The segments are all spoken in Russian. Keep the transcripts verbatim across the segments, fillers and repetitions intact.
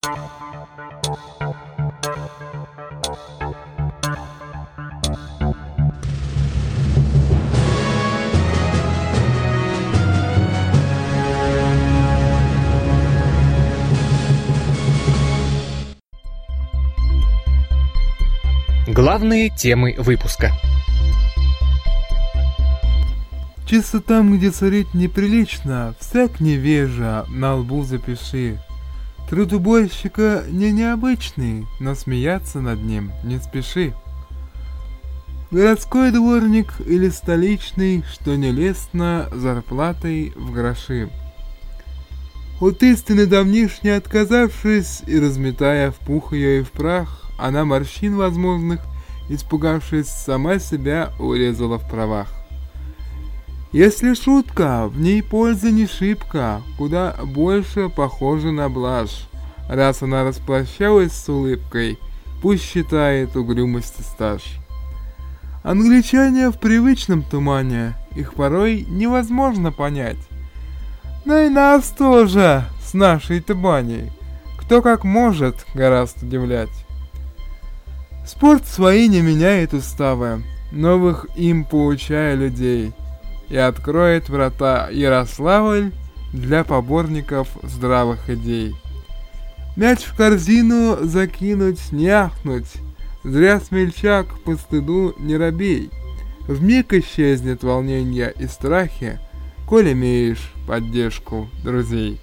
Главные темы выпуска. Чисто там, где царить неприлично, всяк невежа на лбу запиши. Труд уборщика не необычный, но смеяться над ним не спеши. Городской дворник или столичный, что не лестно зарплатой в гроши. От истины давнишней отказавшись и разметая в пух ее и в прах, она морщин возможных, испугавшись, сама себя урезала в правах. Если шутка, в ней польза не шибко, куда больше похожа на блажь. Раз она распрощалась с улыбкой, пусть считает угрюмости стаж. Англичане в привычном тумане, их порой невозможно понять. Но и нас тоже с нашей-то баней, кто как может, гораст удивлять. Спорт свои не меняет уставы, новых им поучая людей, и откроет врата Ярославль для поборников здравых идей. Мяч в корзину закинуть, не ахнуть, зря смельчак по стыду не робей. Вмиг исчезнет волнение и страхи, коль имеешь поддержку друзей.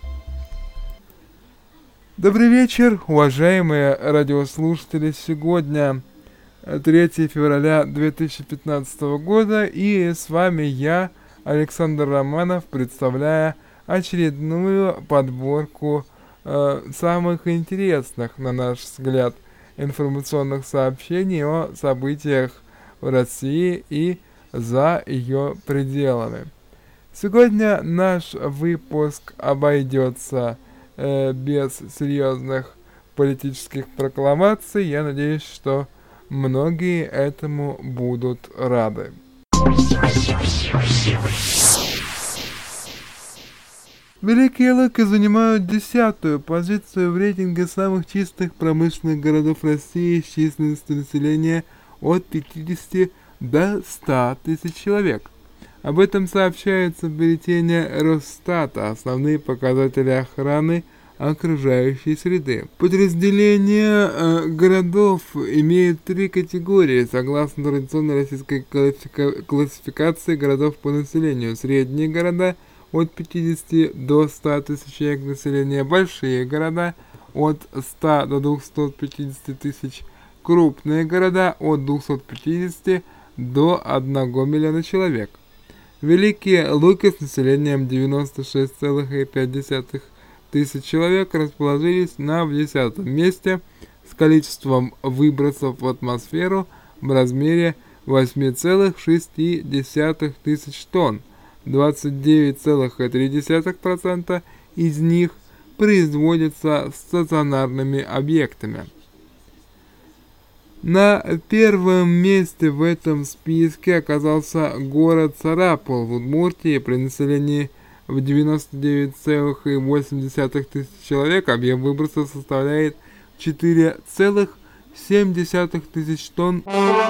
Добрый вечер, уважаемые радиослушатели. Сегодня третьего февраля две тысячи пятнадцатого года, и с вами я, Александр Романов, представляя очередную подборку э, самых интересных, на наш взгляд, информационных сообщений о событиях в России и за ее пределами. Сегодня наш выпуск обойдется э, без серьезных политических прокламаций. Я надеюсь, что многие этому будут рады. Великие Луки занимают десятую позицию в рейтинге самых чистых промышленных городов России с численностью населения от пятидесяти до ста тысяч человек. Об этом сообщается в бюллетене Росстата. Основные показатели охраны окружающей среды. Подразделения э, городов имеют три категории, согласно традиционной российской классифика- классификации городов по населению. Средние города от пятидесяти до ста тысяч человек населения, большие города от ста до двухсот пятидесяти тысяч, крупные города от двухсот пятидесяти до одного миллиона человек. Великие Луки с населением девяносто шесть целых пять десятых тысяч человек расположились на десятом месте с количеством выбросов в атмосферу в размере восемь целых шесть десятых тысяч тонн. двадцать девять целых три десятых процента из них производятся стационарными объектами. На первом месте в этом списке оказался город Сарапул в Удмуртии при населении в девяносто девять целых восемь десятых тысяч человек. Объем выбросов составляет четыре целых семь десятых тысяч тонн.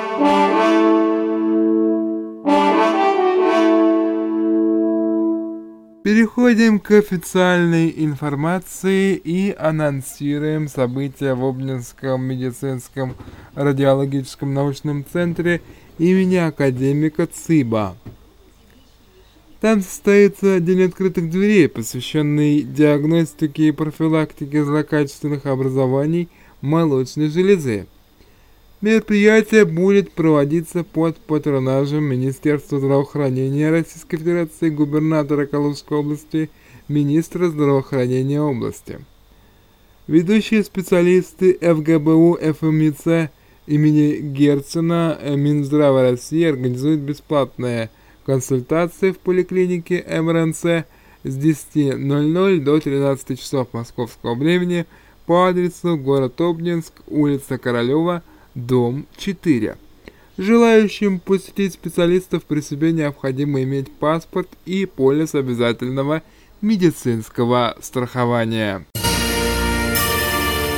Переходим к официальной информации и анонсируем события в Обнинском медицинском радиологическом научном центре имени академика Цыба. Там состоится День открытых дверей, посвященный диагностике и профилактике злокачественных образований молочной железы. Мероприятие будет проводиться под патронажем Министерства здравоохранения Российской Федерации, губернатора Калужской области, министра здравоохранения области. Ведущие специалисты эф гэ бэ у эф эм и цэ имени Герцена Минздрава России организуют бесплатные консультации в поликлинике эм эр эн цэ с десяти ноль-ноль до тринадцати часов московского времени по адресу город Обнинск, улица Королева, дом четыре. Желающим посетить специалистов при себе необходимо иметь паспорт и полис обязательного медицинского страхования.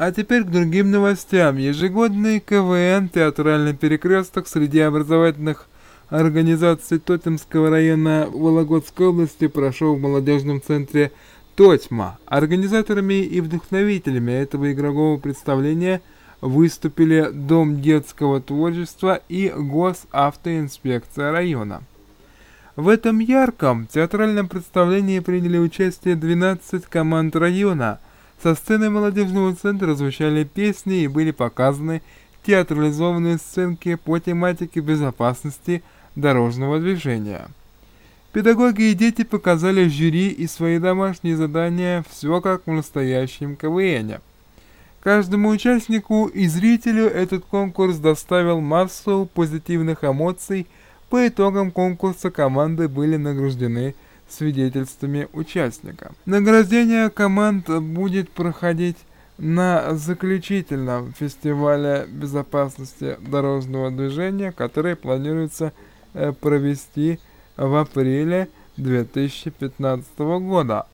А теперь к другим новостям. Ежегодный КВН «Театральный перекресток» среди образовательных организаций Тотемского района Вологодской области прошел в молодежном центре «Тотьма». Организаторами и вдохновителями этого игрового представления выступили Дом детского творчества и Госавтоинспекция района. В этом ярком театральном представлении приняли участие двенадцать команд района. Со сцены молодежного центра звучали песни и были показаны театрализованные сценки по тематике безопасности дорожного движения. Педагоги и дети показали жюри и свои домашние задания, все как в настоящем КВНе. Каждому участнику и зрителю этот конкурс доставил массу позитивных эмоций. По итогам конкурса команды были награждены свидетельствами участника. Награждение команд будет проходить на заключительном фестивале безопасности дорожного движения, который планируется э, провести в апреле две тысячи пятнадцатого года.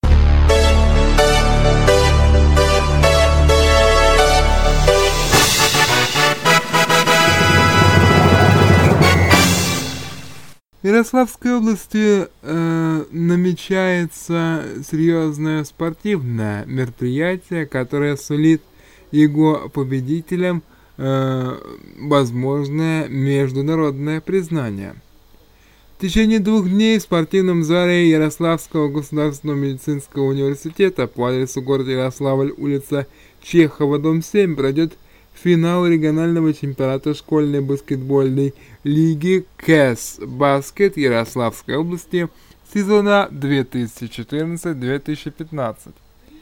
В Ярославской области э, намечается серьезное спортивное мероприятие, которое сулит его победителям э, возможное международное признание. В течение двух дней в спортивном зале Ярославского государственного медицинского университета по адресу город Ярославль, улица Чехова, дом семь, пройдет финал регионального чемпионата школьной баскетбольной лиги КЭС Баскет Ярославской области сезона две тысячи четырнадцать — две тысячи пятнадцать.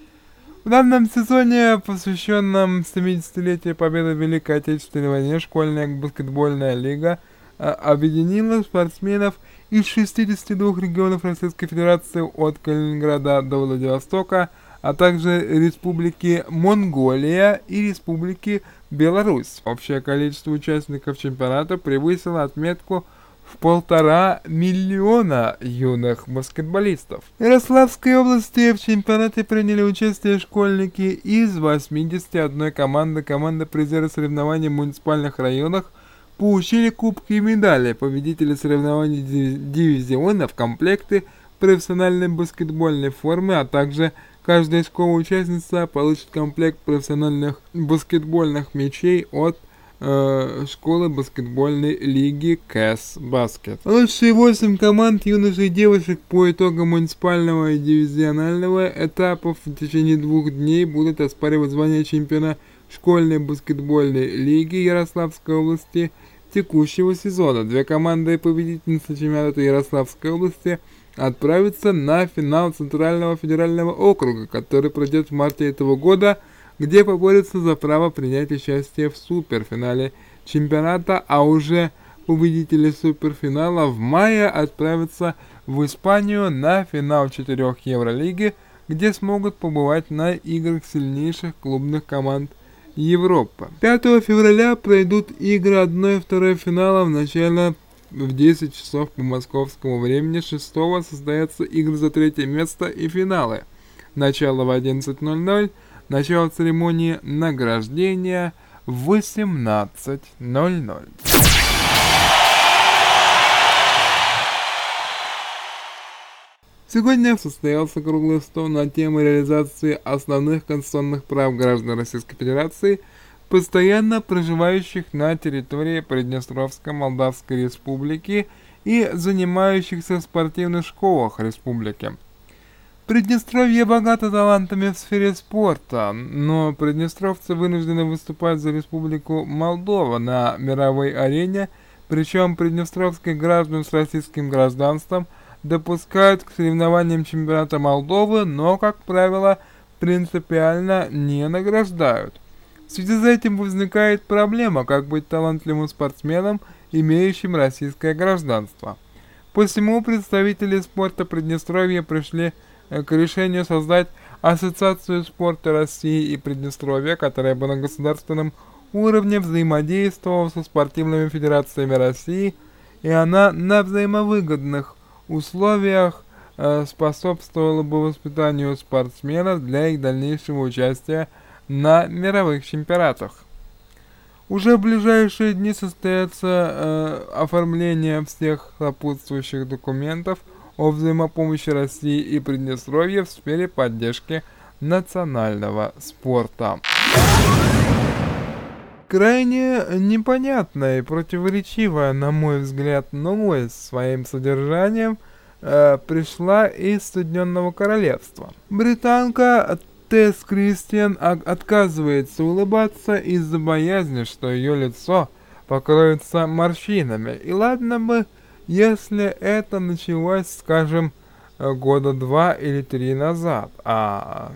В данном сезоне, посвященном семидесятилетию победы в Великой Отечественной войне, школьная баскетбольная лига объединила спортсменов из шестидесяти двух регионов Российской Федерации от Калининграда до Владивостока, а также Республики Монголия и Республики Беларусь. Общее количество участников чемпионата превысило отметку в полтора миллиона юных баскетболистов. В Ярославской области в чемпионате приняли участие школьники из восьмидесяти одной команды. Команда призеры соревнований в муниципальных районах получили кубки и медали. Победители соревнований дивизионов, комплекты профессиональной баскетбольной формы, а также каждая школа-участница получит комплект профессиональных баскетбольных мячей от э, школы баскетбольной лиги КЭС Баскет. Лучшие восемь команд юношей и девушек по итогам муниципального и дивизионального этапов в течение двух дней будут оспаривать звание чемпиона школьной баскетбольной лиги Ярославской области текущего сезона. Две команды победительницы чемпионата Ярославской области отправиться на финал Центрального федерального округа, который пройдет в марте этого года, где поборются за право принять участие в суперфинале чемпионата, а уже победители суперфинала в мае отправятся в Испанию на финал четырех Евролиги, где смогут побывать на играх сильнейших клубных команд Европы. пятого февраля пройдут игры одного и второго финала. В начале в десять часов по московскому времени. шестого состоятся игры за третье место и финалы. Начало в одиннадцать ноль ноль. Начало церемонии награждения в восемнадцать ноль ноль. Сегодня состоялся круглый стол на тему реализации основных конституционных прав граждан Российской Федерации, постоянно проживающих на территории Приднестровской Молдавской Республики и занимающихся в спортивных школах республики. Приднестровье богато талантами в сфере спорта, но приднестровцы вынуждены выступать за Республику Молдова на мировой арене, причем приднестровских граждан с российским гражданством допускают к соревнованиям чемпионата Молдовы, но, как правило, принципиально не награждают. В связи с этим возникает проблема, как быть талантливым спортсменом, имеющим российское гражданство. Посему представители спорта Приднестровья пришли к решению создать Ассоциацию спорта России и Приднестровья, которая бы на государственном уровне взаимодействовала со спортивными федерациями России, и она на взаимовыгодных условиях э, способствовало бы воспитанию спортсменов для их дальнейшего участия на мировых чемпионатах. Уже в ближайшие дни состоится э, оформление всех сопутствующих документов о взаимопомощи России и Приднестровья в сфере поддержки национального спорта. Крайне непонятная и противоречивая, на мой взгляд, новость своим содержанием э, пришла из Соединенного Королевства. Британка Тесс Кристиан отказывается улыбаться из-за боязни, что ее лицо покроется морщинами. И ладно бы, если это началось, скажем, года два или три назад, а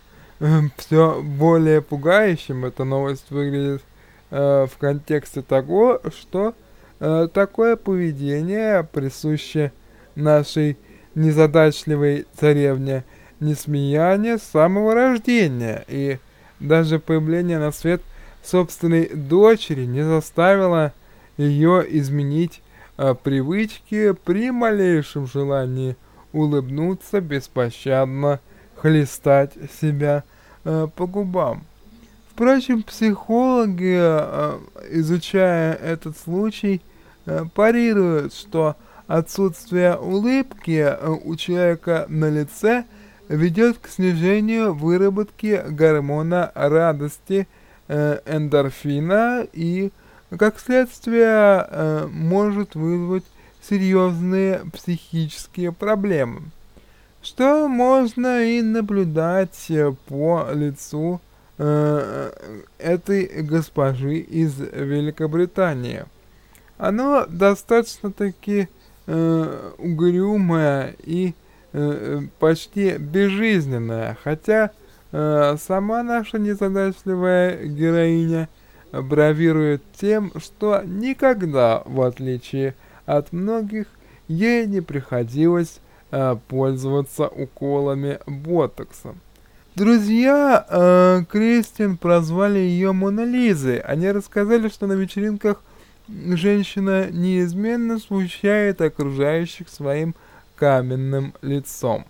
все более пугающим эта новость выглядит э, в контексте того, что э, такое поведение присуще нашей незадачливой царевне Несмеяне с самого рождения, и даже появление на свет собственной дочери не заставило ее изменить э, привычки при малейшем желании улыбнуться, беспощадно хлестать себя э, по губам. Впрочем, психологи, э, изучая этот случай, э, парируют, что отсутствие улыбки э, у человека на лице ведет к снижению выработки гормона радости э, эндорфина и, как следствие, э, может вызвать серьезные психические проблемы, что можно и наблюдать по лицу э, этой госпожи из Великобритании. Оно достаточно-таки э, угрюмое и э, почти безжизненное, хотя э, сама наша незадачливая героиня бравирует тем, что никогда, в отличие от многих, ей не приходилось э, пользоваться уколами ботокса. Друзья э, Кристин прозвали ее Мона Лизой. Они рассказали, что на вечеринках женщина неизменно смущает окружающих своим каменным лицом.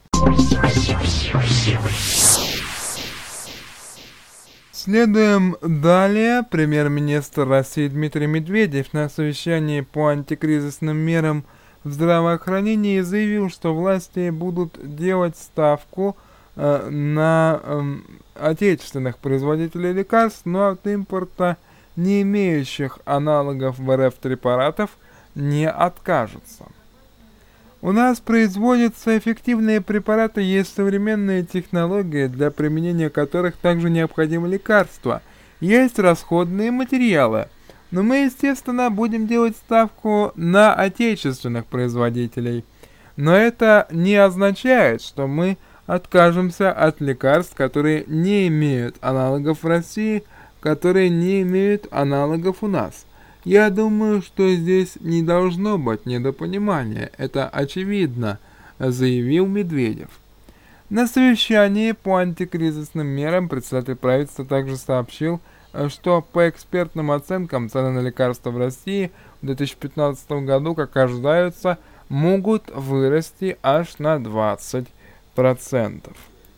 Следуем далее. Премьер-министр России Дмитрий Медведев на совещании по антикризисным мерам в здравоохранении заявил, что власти будут делать ставку э, на э, отечественных производителей лекарств, но от импорта не имеющих аналогов в эр эф препаратов не откажутся. У нас производятся эффективные препараты, есть современные технологии, для применения которых также необходимы лекарства, есть расходные материалы, но мы, естественно, будем делать ставку на отечественных производителей. Но это не означает, что мы откажемся от лекарств, которые не имеют аналогов в России, которые не имеют аналогов у нас. Я думаю, что здесь не должно быть недопонимания, это очевидно, заявил Медведев. На совещании по антикризисным мерам председатель правительства также сообщил, что по экспертным оценкам цены на лекарства в России в две тысячи пятнадцатом году, как ожидаются, могут вырасти аж на двадцать процентов.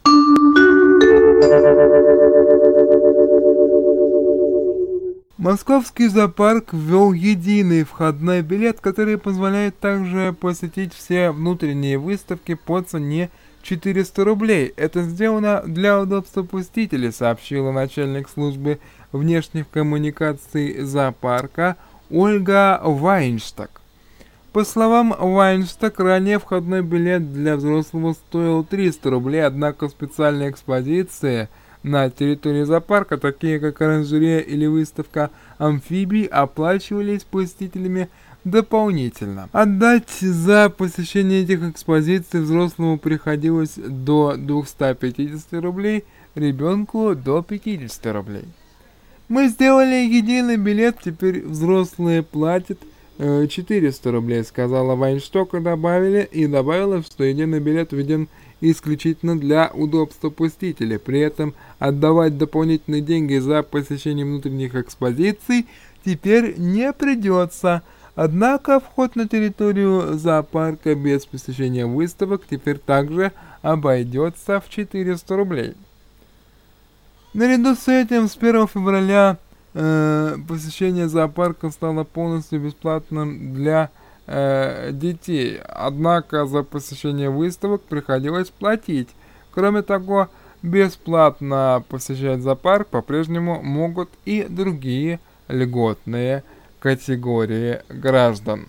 Московский зоопарк ввел единый входной билет, который позволяет также посетить все внутренние выставки по цене четыреста рублей. Это сделано для удобства посетителей, сообщила начальник службы внешних коммуникаций зоопарка Ольга Вайнштаг. По словам Вайнштаг, ранее входной билет для взрослого стоил триста рублей, однако специальные экспозиции на территории зоопарка, такие как оранжерея или выставка амфибий, оплачивались посетителями дополнительно. Отдать за посещение этих экспозиций взрослому приходилось до двухсот пятидесяти рублей, ребенку до пятидесяти рублей. Мы сделали единый билет, теперь взрослые платят э, четыреста рублей, сказала Вайншток, и добавили, и добавила, что единый билет введен исключительно для удобства посетителей. При этом отдавать дополнительные деньги за посещение внутренних экспозиций теперь не придется. Однако вход на территорию зоопарка без посещения выставок теперь также обойдется в четыреста рублей. Наряду с этим, с первого февраля э, посещение зоопарка стало полностью бесплатным для э, детей, однако за посещение выставок приходилось платить. Кроме того, бесплатно посещать зоопарк по-прежнему могут и другие льготные категории граждан.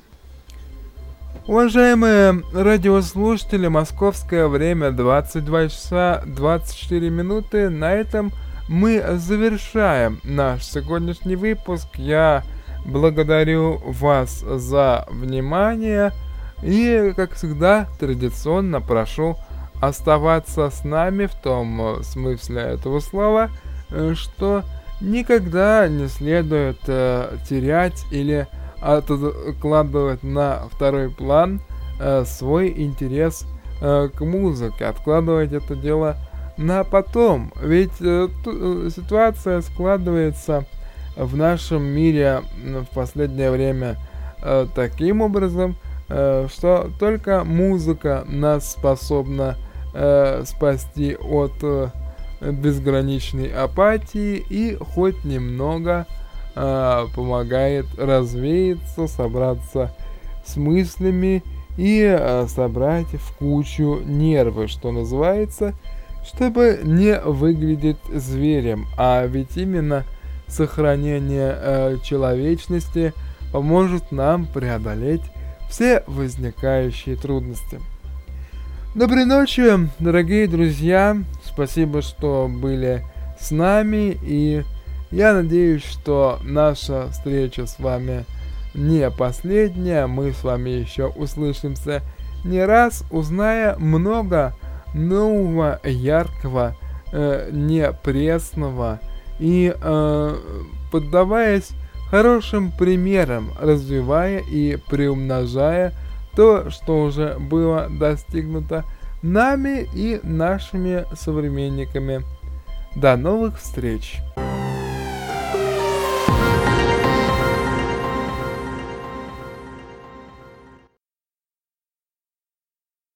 Уважаемые радиослушатели, московское время двадцать два часа двадцать четыре минуты. На этом мы завершаем наш сегодняшний выпуск. Я благодарю вас за внимание и, как всегда, традиционно прошу оставаться с нами в том смысле этого слова, что никогда не следует э, терять или откладывать на второй план э, свой интерес э, к музыке, откладывать это дело на потом, ведь э, ту, ситуация складывается в нашем мире в последнее время э, таким образом, э, что только музыка нас способна э, спасти от э, безграничной апатии и хоть немного э, помогает развеяться, собраться с мыслями и э, собрать в кучу нервы, что называется, чтобы не выглядеть зверем. А ведь именно сохранение э, человечности поможет нам преодолеть все возникающие трудности. Доброй ночи, дорогие друзья, спасибо, что были с нами, и я надеюсь, что наша встреча с вами не последняя, мы с вами еще услышимся не раз, узная много нового, яркого, э, непресного и э, поддаваясь хорошим примерам, развивая и приумножая то, что уже было достигнуто нами и нашими современниками. До новых встреч!